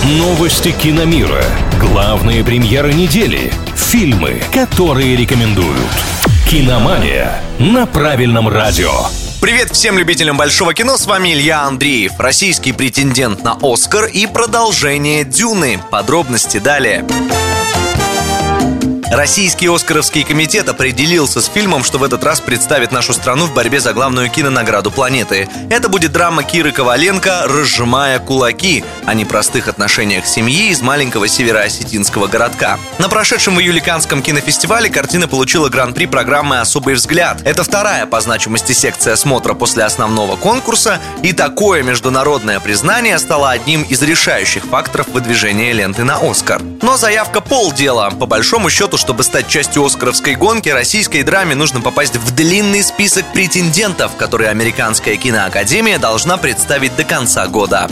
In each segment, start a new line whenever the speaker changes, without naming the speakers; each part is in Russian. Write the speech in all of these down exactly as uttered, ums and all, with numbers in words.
Новости киномира. Главные премьеры недели. Фильмы, которые рекомендуют. Киномания на правильном радио.
Привет всем любителям большого кино, с вами Илья Андреев. Российский претендент на Оскар и продолжение «Дюны». Подробности далее. Российский Оскаровский комитет определился с фильмом, что в этот раз представит нашу страну в борьбе за главную кинонаграду планеты. Это будет драма Киры Коваленко «Разжимая кулаки», о непростых отношениях семьи из маленького североосетинского городка. На прошедшем в июле Каннском кинофестивале картина получила гран-при программы «Особый взгляд». Это вторая по значимости секция осмотра после основного конкурса, и такое международное признание стало одним из решающих факторов выдвижения ленты на Оскар. Но заявка полдела. По большому счету, чтобы стать частью оскаровской гонки, российской драме нужно попасть в длинный список претендентов, которые Американская киноакадемия должна представить до конца года.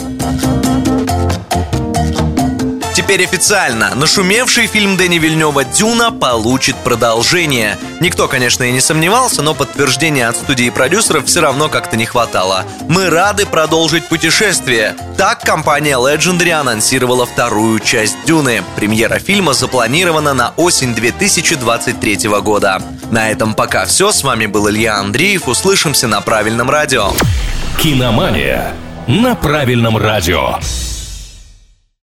Теперь официально. Нашумевший фильм Дэни Вильнёва «Дюна» получит продолжение. Никто, конечно, и не сомневался, но подтверждения от студии и продюсеров все равно как-то не хватало. Мы рады продолжить путешествие. Так компания Legendary анонсировала вторую часть «Дюны». Премьера фильма запланирована на осень две тысячи двадцать третьего года. На этом пока все. С вами был Илья Андреев. Услышимся на правильном радио.
Киномания на правильном радио.